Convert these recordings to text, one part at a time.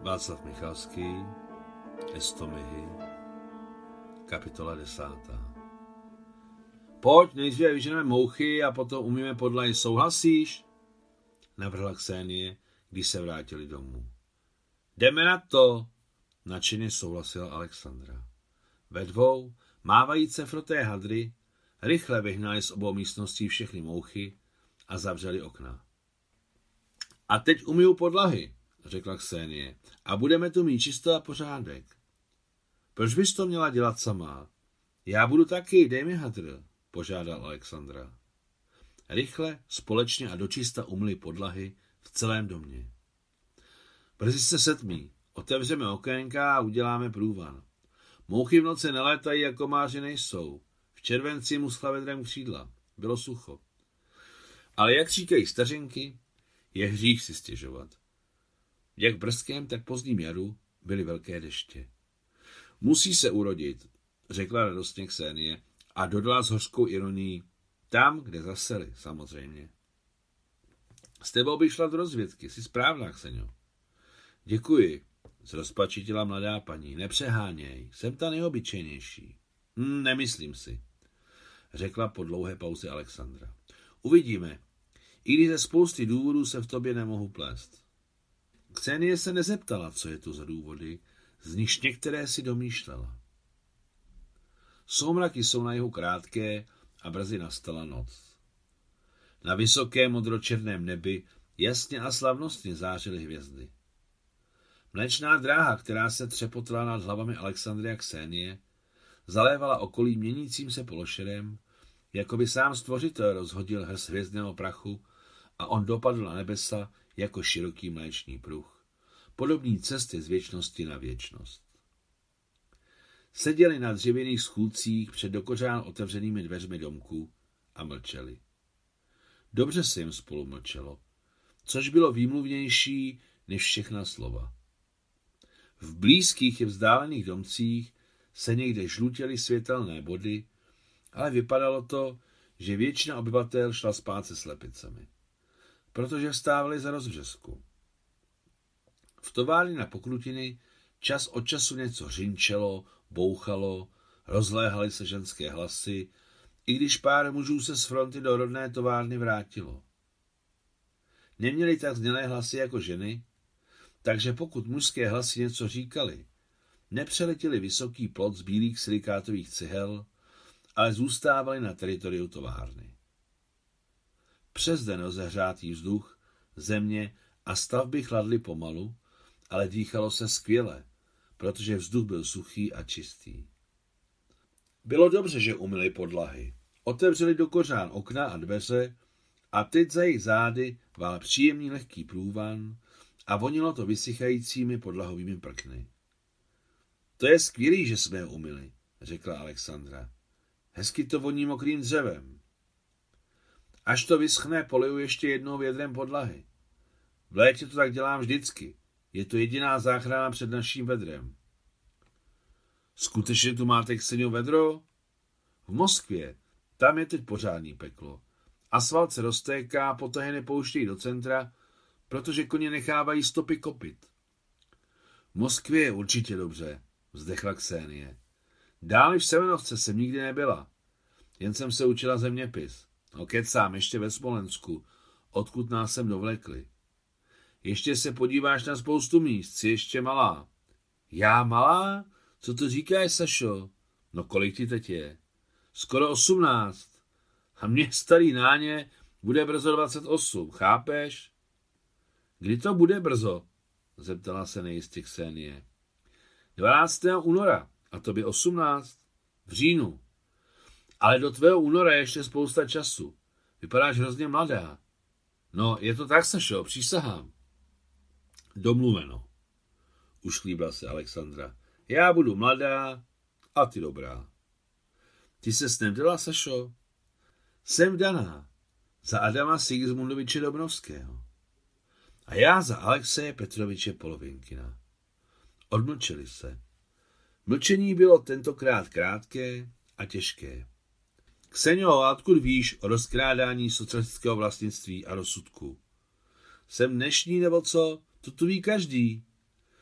Václav Michalský, Estomihy, kapitola 10. Pojď, nejdříve vyženeme mouchy a potom umíme podlahy, souhlasíš? Navrhla Ksenie, když se vrátili domů. Jdeme na to, nadšeně souhlasila Alexandra. Ve dvou, mávajíce froté hadry, rychle vyhnali z obou místností všechny mouchy a zavřeli okna. A teď umyju podlahy, řekla Ksenie, a budeme tu mít čisto a pořádek. Proč bys to měla dělat sama? Já budu taky, dej mi hadr, požádal Alexandra. Rychle, společně a dočista umyli podlahy v celém domě. Brzy se setmí, otevřeme okénka a uděláme průvan. Mouchy v noci nelétají, jako komáři nejsou. V červenci muskla vedrem křídla. Bylo sucho. Ale jak říkají stařenky, je hřích si stěžovat. Jak v brzkém, tak pozdním jaru byly velké deště. Musí se urodit, řekla radostně Ksenie a dodala s hořkou ironií, tam, kde zaseli, samozřejmě. S tebou bych šla do rozvědky, jsi správná, Kseňo. Děkuji, zrozpačitila mladá paní, nepřeháněj, jsem ta nejobyčejnější. Nemyslím si, řekla po dlouhé pauze Alexandra. Uvidíme, i když ze spousty důvodů se v tobě nemohu plést. Ksenie se nezeptala, co je to za důvody, z nichž některé si domýšlela. Soumraky jsou na jihu krátké a brzy nastala noc. Na vysokém modročerném nebi jasně a slavnostně zářily hvězdy. Mléčná dráha, která se třepotala nad hlavami Alexandry a Ksenie, zalévala okolí měnícím se pološerem, jako by sám stvořitel rozhodil hrst hvězdného prachu a on dopadl na nebesa jako široký mléčný pruh, podobný cestě z věčnosti na věčnost. Seděli na dřevěných schůdcích před dokořán otevřenými dveřmi domku a mlčeli. Dobře se jim spolu mlčelo, což bylo výmluvnější než všechna slova. V blízkých i vzdálených domcích se někde žlutěly světelné body, ale vypadalo to, že většina obyvatel šla spát se slepicemi, protože vstávali za rozbřesku. V továrně na Pokrutiny čas od času něco řinčelo, bouchalo, rozléhaly se ženské hlasy, i když pár mužů se z fronty do rodné továrny vrátilo. Neměli tak znělé hlasy jako ženy, takže pokud mužské hlasy něco říkali, nepřeletěli vysoký plot z bílých silikátových cihel, ale zůstávali na teritoriu továrny. Přes den rozehřátý vzduch, země a stavby chladly pomalu, ale dýchalo se skvěle, protože vzduch byl suchý a čistý. Bylo dobře, že umyli podlahy. Otevřeli do kořán okna a dveře a teď za jejich zády vál příjemný lehký průvan a vonilo to vysychajícími podlahovými prkny. To je skvělý, že jsme je umyli, řekla Alexandra. Hezky to voní mokrým dřevem. Až to vyschne, poliju ještě jednou vědrem podlahy. V létě to tak dělám vždycky. Je to jediná záchrana před naším vedrem. Skutečně tu máte, Kseňo, vedro? V Moskvě. Tam je teď pořádný peklo. Asfalt se roztéká, potahy nepouštějí do centra, protože koně nechávají stopy kopyt. V Moskvě je určitě dobře, vzdechla Ksenie. Dál v Semenovce jsem nikdy nebyla. Jen jsem se učila zeměpis. No kecám, ještě ve Smolensku, odkud nás sem dovlekli. Ještě se podíváš na spoustu míst, jsi ještě malá. Já malá? Co to říkáš, Sašo? No kolik ti teď je? Skoro 18. A mě starý náně bude brzo 28, chápeš? Kdy to bude brzo? Zeptala se nejistě Ksenie. 12. února, a tobě 18. V říjnu. Ale do tvého února je ještě spousta času. Vypadáš hrozně mladá. No, je to tak, Sašo, přísahám. Domluveno. Ušklíbla se Alexandra. Já budu mladá a ty dobrá. Ty se nevdala, Sašo? Jsem vdaná. Za Adama Sigismundoviče Dobrovského. A já za Alexeje Petroviče Polovinkina. Odmlčeli se. Mlčení bylo tentokrát krátké a těžké. Kseňo, odkud víš o rozkrádání socialistického vlastnictví a rozsudku? Jsem dnešní nebo co? To tu ví každý.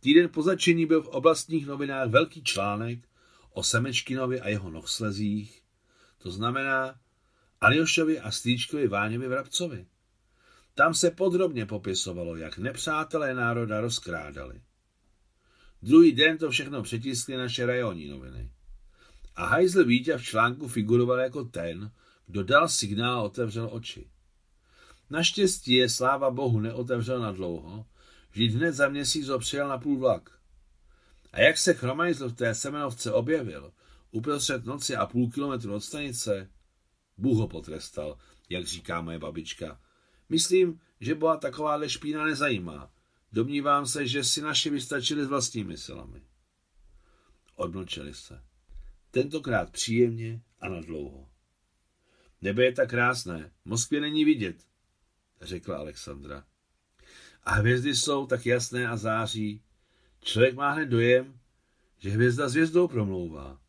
Týden po začení byl v oblastních novinách velký článek o Semečkinovi a jeho nohslezích, to znamená Aljošovi a strýčkovi Váňovi Vrabcovi. Tam se podrobně popisovalo, jak nepřátelé národa rozkrádali. Druhý den to všechno přetiskly naše rajonní noviny. A hajzl Víťa v článku figuroval jako ten, kdo dal signál a otevřel oči. Naštěstí je, sláva bohu, neotevřel na dlouho, vždyť hned za měsíc ho přijel na půl vlak. A jak se Chromajzl v té Semenovce objevil, uprostřed noci a půl kilometru od stanice, Bůh ho potrestal, jak říká moje babička. Myslím, že Boha takováhle špína nezajímá. Domnívám se, že si naši vystačili s vlastními silami. Odmlčeli se. Tentokrát příjemně a nadlouho. Nebe je tak krásné, v Moskvě není vidět, řekla Alexandra. A hvězdy jsou tak jasné a září. Člověk má hned dojem, že hvězda s hvězdou promlouvá.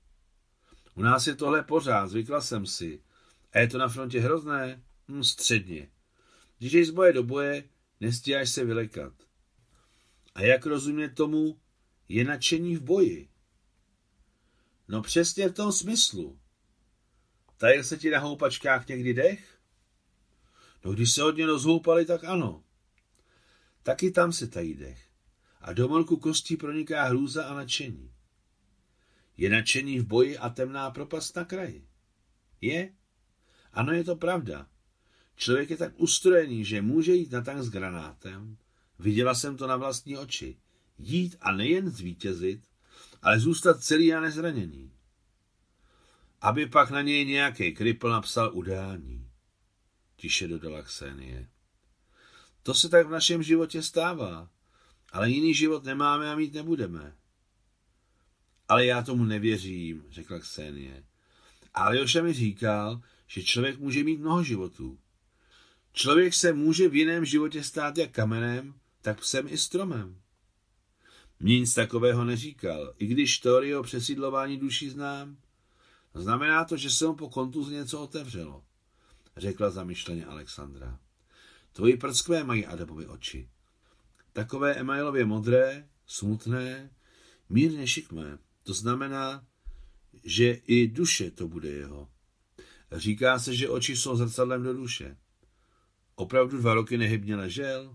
U nás je tohle pořád, zvykla jsem si. A je to na frontě hrozné? Středně. Když jdeš z boje do boje, nestíháš se vylekat. A jak rozumět tomu, je nadšení v boji? No přesně v tom smyslu. Tajil se ti na houpačkách někdy dech? No když se hodně rozhoupali, tak ano. Taky tam se tají dech. A do morku kostí proniká hrůza a nadšení. Je nadšení v boji a temná propast na kraji. Je? Ano, je to pravda. Člověk je tak ustrojený, že může jít na tank s granátem. Viděla jsem to na vlastní oči. Jít a nejen zvítězit, ale zůstat celý a nezraněný. Aby pak na něj nějaký kripl napsal udání. Tiše dodala Ksenie. To se tak v našem životě stává, ale jiný život nemáme a mít nebudeme. Ale já tomu nevěřím, řekla Ksenie. A Aljoša mi říkal, že člověk může mít mnoho životů. Člověk se může v jiném životě stát jak kamenem, tak psem i stromem. Mně nic takového neříkal, i když teorii o přesídlování duší znám. Znamená to, že se mu po kontuzi něco otevřelo, řekla zamyšleně Alexandra. Tvoji prckové mají Adamovi oči. Takové emailově modré, smutné, mírně šikmé. To znamená, že i duše to bude jeho. Říká se, že oči jsou zrcadlem do duše. Opravdu 2 roky nehybně ležel?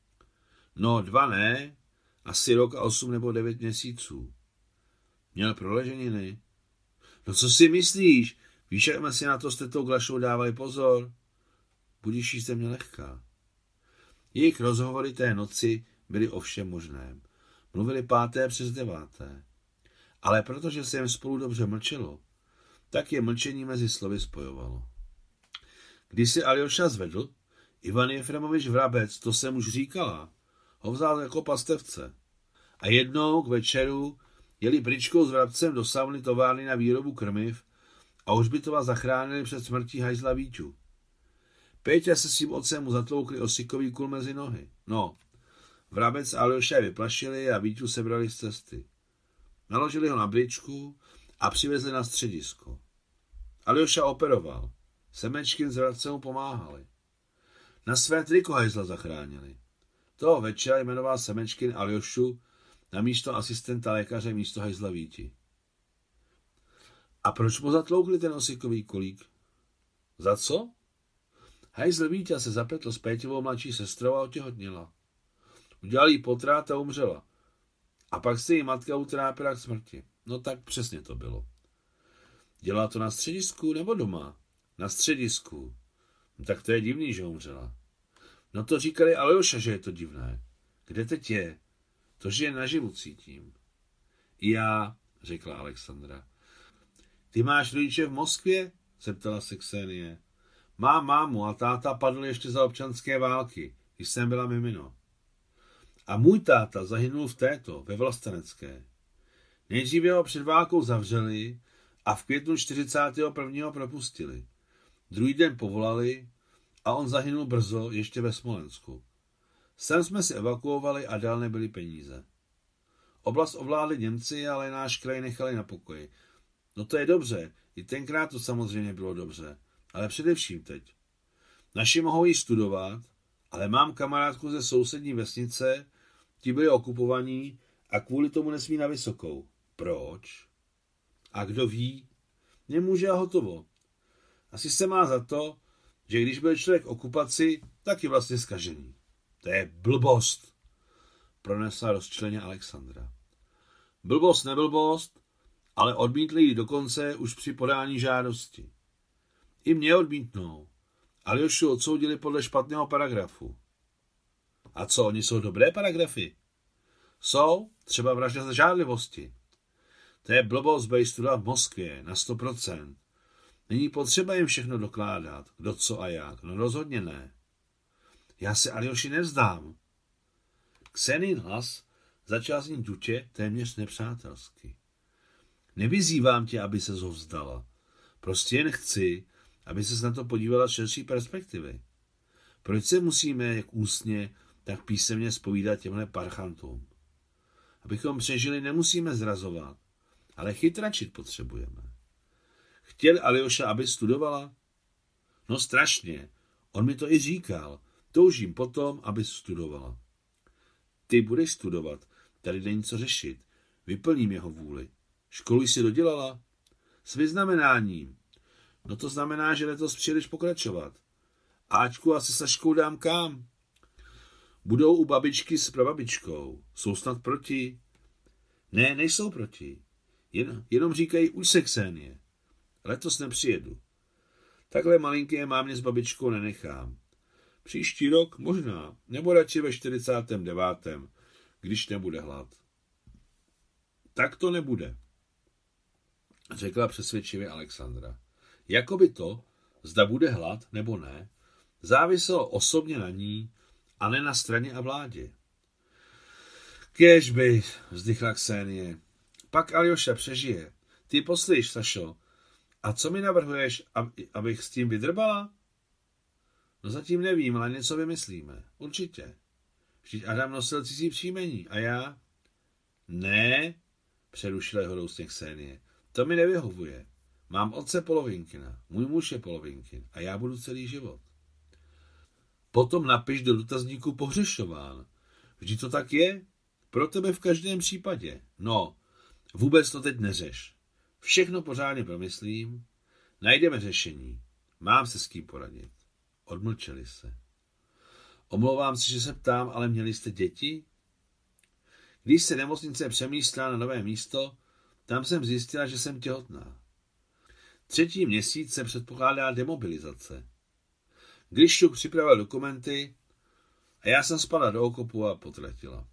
No 2 ne, asi rok a 8 nebo 9 měsíců. Měl proleženiny. No co si myslíš? Víš, jak jsme si na to s tetou Glašou dávali pozor? Budíš jí země lehká. Jejich rozhovory té noci byly o všem možném. Mluvili 5. přes 9. Ale protože se jim spolu dobře mlčelo, tak je mlčení mezi slovy spojovalo. Když si Aljoša zvedl, Ivan Jefremovič Vrabec, to jsem už říkala, ho vzal jako pastevce. A jednou k večeru jeli Bričkou s Vrabcem do sauny továrny na výrobu krmiv a Hřbitova zachránili před smrtí hajzla Víťu. Péťa se svým otcem mu zatloukli osikový kůl mezi nohy. No, Vrabec a Aljoša je vyplašili a Víťu sebrali z cesty. Naložili ho na Bričku a přivezli na středisko. Aljoša operoval. Semečkin s Vrabcem mu pomáhali. Na své triko hajzla zachránili. Toho večera jmenoval Semečkin Aljošu na místo asistenta lékaře místo hajzla Víti. A proč mu zatloukli ten osikový kolík? Za co? Hajzl Víťa se zapletl s Péťovou mladší sestrou a otěhotněla. Udělal jí potrát a umřela. A pak se jí matka utrápila k smrti. No tak přesně to bylo. Dělá to na středisku nebo doma? Na středisku. No tak to je divný, že umřela. No to říkali Aljoša, že je to divné. Kde teď je? To, že je naživu cítím. I já, řekla Alexandra. Ty máš rodiče v Moskvě? Zeptala se Ksenie. Mám mámu a táta padl ještě za občanské války, když jsem byla mimino. A můj táta zahynul v této, ve Vlastenecké. Nejdříve ho před válkou zavřeli a v květnu 41. propustili. Druhý den povolali a on zahynul brzo ještě ve Smolensku. Sem jsme si evakuovali a dál nebyly peníze. Oblast ovládli Němci, ale náš kraj nechali na pokoji. No to je dobře, i tenkrát to samozřejmě bylo dobře, ale především teď. Naši mohou jít studovat, ale mám kamarádku ze sousední vesnice, ti byli okupovaní a kvůli tomu nesmí na vysokou. Proč? A kdo ví? Nemůže a hotovo. Asi se má za to, že když byl člověk v okupaci, tak je vlastně zkažený. To je blbost, pronesla rozčileně Alexandra. Blbost neblbost, ale odmítli ji dokonce už při podání žádosti. I mě odmítnou. Aljošu odsoudili podle špatného paragrafu. A co, oni jsou dobré paragrafy? Jsou, třeba vražda ze žádlivosti. To je blbost, bej studovat v Moskvě, na 100%. Není potřeba jim všechno dokládat, kdo co a jak, no rozhodně ne. Já se Aljoši nevzdám. Ksenin hlas začal znít dutě téměř nepřátelsky. Nevyzývám tě, aby se ho vzdala. Prostě jen chci, aby ses na to podívala z širší perspektivy. Proč se musíme jak ústně, tak písemně zpovídat těmhle parchantům? Abychom přežili, nemusíme zrazovat, ale chytračit potřebujeme. Chtěl Aljoša, aby studovala? No strašně, on mi to i říkal. Toužím potom, aby studovala. Ty budeš studovat, tady není co řešit. Vyplním jeho vůli. Školu jsi dodělala? S vyznamenáním. No to znamená, že letos přijedeš pokračovat. Ačku a se Saškou dám kam? Budou u babičky s prababičkou. Jsou snad proti? Ne, nejsou proti. Jenom říkají, už se Ksenie. Letos nepřijedu. Takhle malinké mámě s babičkou nenechám. Příští rok možná, nebo radši ve 49., když nebude hlad. Tak to nebude, řekla přesvědčivě Alexandra. Jakoby to, zda bude hlad nebo ne, záviselo osobně na ní a ne na straně a vládě. Kéžby, vzdychla Ksenie. Pak Aljoša přežije. Ty poslyš, Sašo. A co mi navrhuješ, abych s tím vydrbala? No zatím nevím, ale něco vymyslíme. Určitě. Vždyť Adam nosil cizí příjmení. A já? Ne, přerušila jeho roustně Ksenie. To mi nevyhovuje. Mám otce Polovinkina, můj muž je Polovinkin a já budu celý život. Potom napiš do dotazníku pohřešován. Vždyť to tak je? Pro tebe v každém případě. No, vůbec to teď neřeš. Všechno pořádně promyslím. Najdeme řešení. Mám se s kým poradit. Odmlčeli se. Omlouvám se, že se ptám, ale měli jste děti? Když se nemocnice přemístila na nové místo, tam jsem zjistila, že jsem těhotná. 3. měsíc se předpokládá demobilizace. Gryšťuk připravil dokumenty a já jsem spadla do okopu a potratila.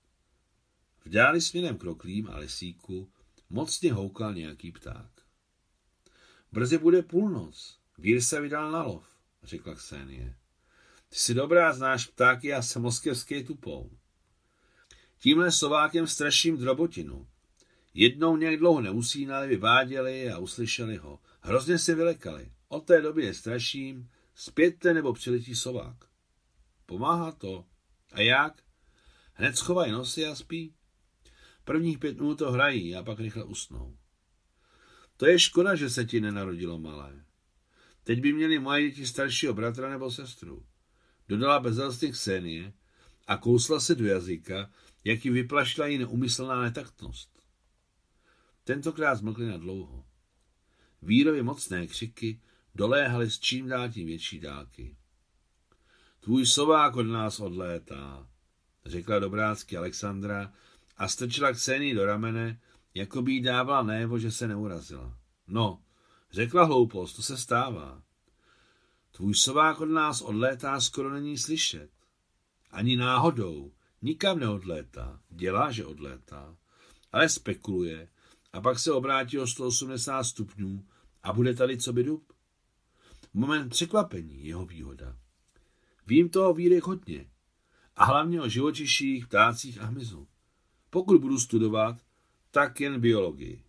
V dáli směrem k roklím a lesíku mocně houkal nějaký pták. Brzy bude půlnoc. Vír se vydal na lov, řekla Ksenie. Ty jsi dobrá, znáš ptáky a jsem moskevský tupou. Tímhle sovákem straším drobotinu. Jednou nějak dlouho neusínali, vyváděli a uslyšeli ho. Hrozně se vylekali. Od té doby je straším, zpětte nebo přiletí sovák. Pomáhá to. A jak? Hned schovají nosy a spí. Prvních 5 minut to hrají a pak rychle usnou. To je škoda, že se ti nenarodilo malé. Teď by měli moje děti staršího bratra nebo sestru. Dodala bezelstně Ksenie a kousla se do jazyka, jak ji vyplašila jí neumyslná netaktnost. Tentokrát zmlkli na dlouho. Vírovy mocné křiky doléhaly s čím dál tím větší dálky. Tvůj sovák od nás odlétá, řekla dobrácky Alexandra a strčila Ksenii do ramene, jako by jí dávala najevo, že se neurazila. No, řekla hloupost, to se stává. Tvůj sovák od nás odlétá, skoro není slyšet. Ani náhodou, nikam neodlétá, dělá, že odlétá, ale spekuluje a pak se obrátí o 180 stupňů a bude tady co by dub. Moment překvapení, jeho výhoda. Vím toho vírek hodně a hlavně o živočiších, ptácích a hmyzu. Pokud budu studovat, tak jen biologii.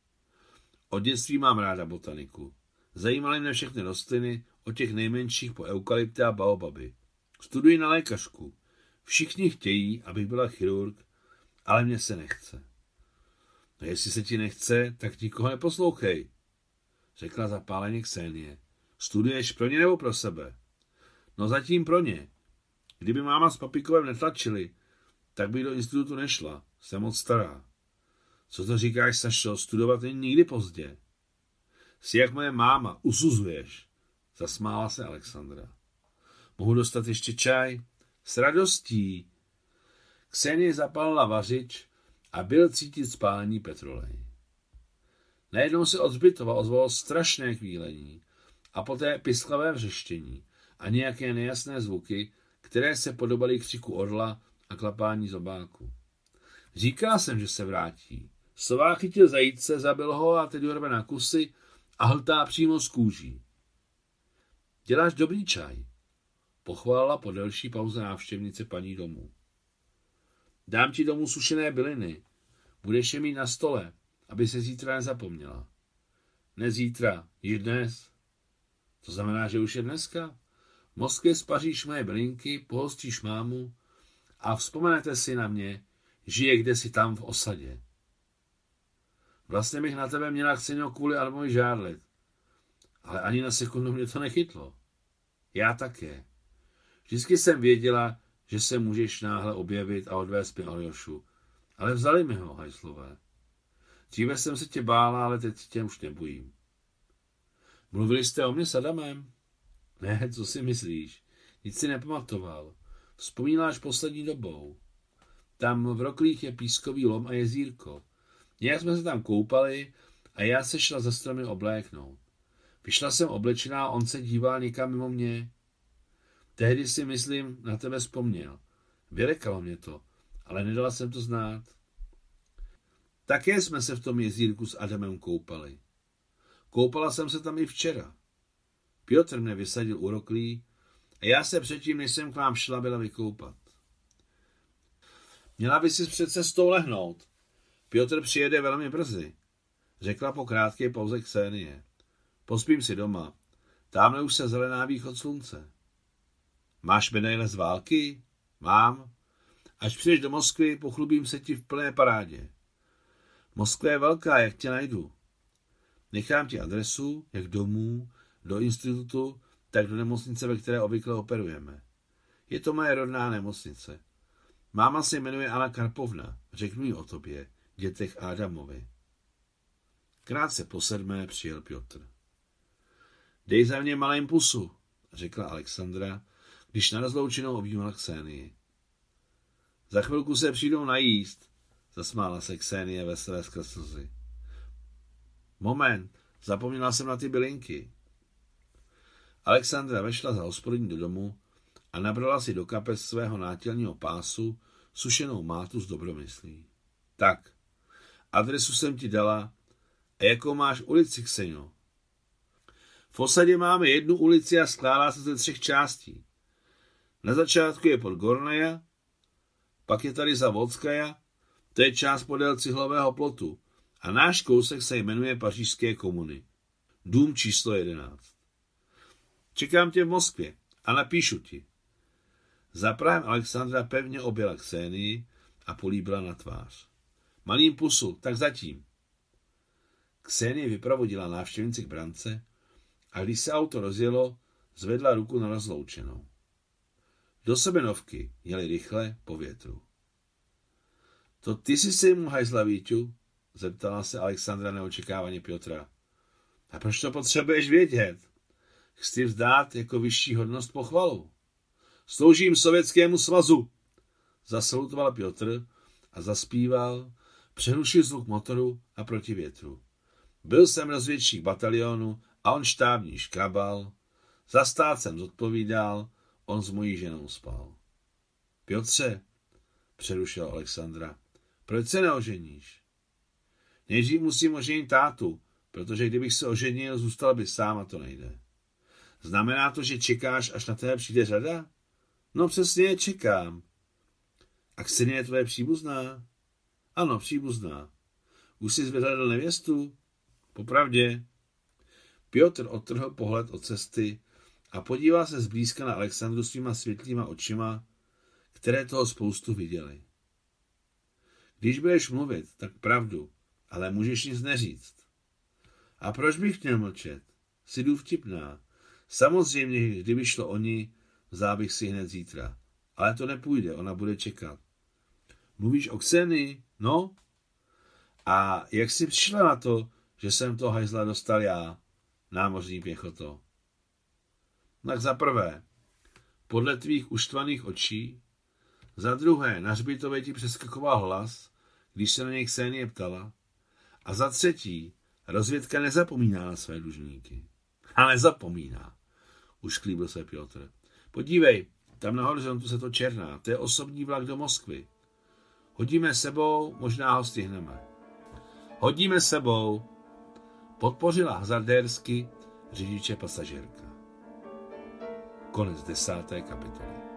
Od dětství mám ráda botaniku. Zajímaly mě všechny rostliny, od těch nejmenších po eukalypty a baobaby. Studuji na lékařku. Všichni chtějí, abych byla chirurg, ale mně se nechce. No jestli se ti nechce, tak nikoho neposlouchej, řekla zapáleně Ksenie. Studuješ pro ně nebo pro sebe? No zatím pro ně. Kdyby máma s Papikovem netlačili, Tak bych do institutu nešla, jsem moc stará. Co to říkáš, Sašo, studovat není nikdy pozdě. Jsi jak moje máma, usuzuješ, zasmála se Alexandra. Mohu dostat ještě čaj? S radostí. Ksenie zapálila vařič a byl cítit spálení petrolej. Najednou se od zbytova ozvalo strašné kvílení a poté pisklavé vřeštění a nějaké nejasné zvuky, které se podobaly křiku orla a klapání zobáku. Říkala jsem, že se vrátí. Sova chytil zajíce, zabil ho a teď ho rve na kusy a hltá přímo z kůží. Děláš dobrý čaj, pochválila po delší pauze návštěvnice paní domů. Dám ti domů sušené byliny. Budeš je mít na stole, aby se zítra nezapomněla. Ne zítra, již dnes. To znamená, že už je dneska. V Moskvě spaříš moje bylinky, pohostíš mámu a vzpomenete si na mě, žije kdesi tam v osadě. Vlastně bych na tebe měla Ksenio kvůli Adamovi žádlit, ale ani na sekundu mě to nechytlo. Já také. Vždycky jsem věděla, že se můžeš náhle objevit a odvést mi Aljošu, ale vzali mi ho, hajslové. Dříve jsem se tě bála, ale teď tě už nebojím. Mluvili jste o mě s Adamem? Ne, co si myslíš? Nic si nepamatoval. Vzpomínáš poslední dobou. Tam v Roklích je pískový lom a jezírko. Nějak jsme se tam koupali a já se šla za stromy obléknout. Vyšla jsem oblečená a on se díval někam mimo mě. Tehdy si, myslím, na tebe vzpomněl. Vylekalo mě to, ale nedala jsem to znát. Také jsme se v tom jezírku s Adamem koupali. Koupala jsem se tam i včera. Piotr mě vysadil u Roklí a já se předtím, než jsem k vám šla, byla vykoupat. Měla by si před cestou lehnout. Piotr přijede velmi brzy, řekla po krátké pauze Ksenie. Pospím si doma. Támhle už se zelená východ slunce. Máš medaile z války? Mám. Až přijdeš do Moskvy, pochlubím se ti v plné parádě. Moskva je velká, jak tě najdu. Nechám ti adresu, jak domů, do institutu, tak do nemocnice, ve které obvykle operujeme. Je to moje rodná nemocnice. Máma se jmenuje Anna Karpovna. Řeknu jí o tobě, dětech a Adamovi. Krátce po 7 přijel Piotr. Dej za mě malým pusu, řekla Alexandra, když na rozloučenou objímala Ksenii. Za chvilku se přijdou najíst, zasmála se Ksenie veselé skrz slzy. Moment, zapomněla jsem na ty bylinky. Alexandra vešla za hospodyní do domu a nabrala si do kapes svého nátělního pásu sušenou mátu z dobromyslí. Tak, adresu jsem ti dala a jakou máš ulici, Ksenio? V osadě máme jednu ulici a skládá se ze 3 částí. Na začátku je Podgornaja, pak je tady Zavodskaja, to je část podél cihlového plotu a náš kousek se jmenuje Pařížské komuny. Dům číslo 11. Čekám tě v Moskvě a napíšu ti. Za Prahem Alexandra pevně objela Ksenii a políbila na tvář. Malým pusu, tak zatím. Ksenie vyprovodila návštěvnici k brance a když se auto rozjelo, zvedla ruku na rozloučenou. Do Sebenovky jeli rychle po větru. To ty jsi se mu hajzla, Víťu? Zeptala se Alexandra neočekávaně Piotra. A proč to potřebuješ vědět? Chci vzdát jako vyšší hodnost pochvalu. Sloužím Sovětskému svazu, zasalutoval Piotr a zaspíval, přehlušil zvuk motoru a proti větru. Byl jsem rozvědčík batalionu a on štábní škrabal. Za stát jsem zodpovídal, on s mojí ženou spal. Piotře, přerušila Alexandra, proč se neoženíš? Nejdřív musím oženit tátu, protože kdybych se oženil, zůstal by sám a to nejde. Znamená to, že čekáš, až na tebe přijde řada? No přesně, čekám. A Ksenie je tvoje příbuzná? Ano, příbuzná. Už jsi vyhledal nevěstu? Popravdě. Piotr odtrhl pohled od cesty a podíval se zblízka na Alexandru svýma světlýma očima, které toho spoustu viděli. Když budeš mluvit, tak pravdu, ale můžeš nic neříct. A proč bych měl mlčet? Jsi důvtipná. Samozřejmě, kdyby šlo o ní, vzal bych si hned zítra. Ale to nepůjde, ona bude čekat. Mluvíš o Ksenii? No? A jak jsi přišla na to, že jsem toho hajzla dostal já, námořní pěchoto? Tak za prvé, podle tvých uštvaných očí, za druhé, na hřbitově ti přeskakoval hlas, když se na něj Ksenie ptala, a za třetí, rozvědka nezapomíná na své dlužníky. A nezapomíná, ušklíbil se Piotr. Podívej, tam na horizontu se to černá, to je osobní vlak do Moskvy. Hodíme sebou, možná ho stihneme. Hodíme sebou, podpořila hazardérsky řidiče pasažérka. Konec 10. kapitoly.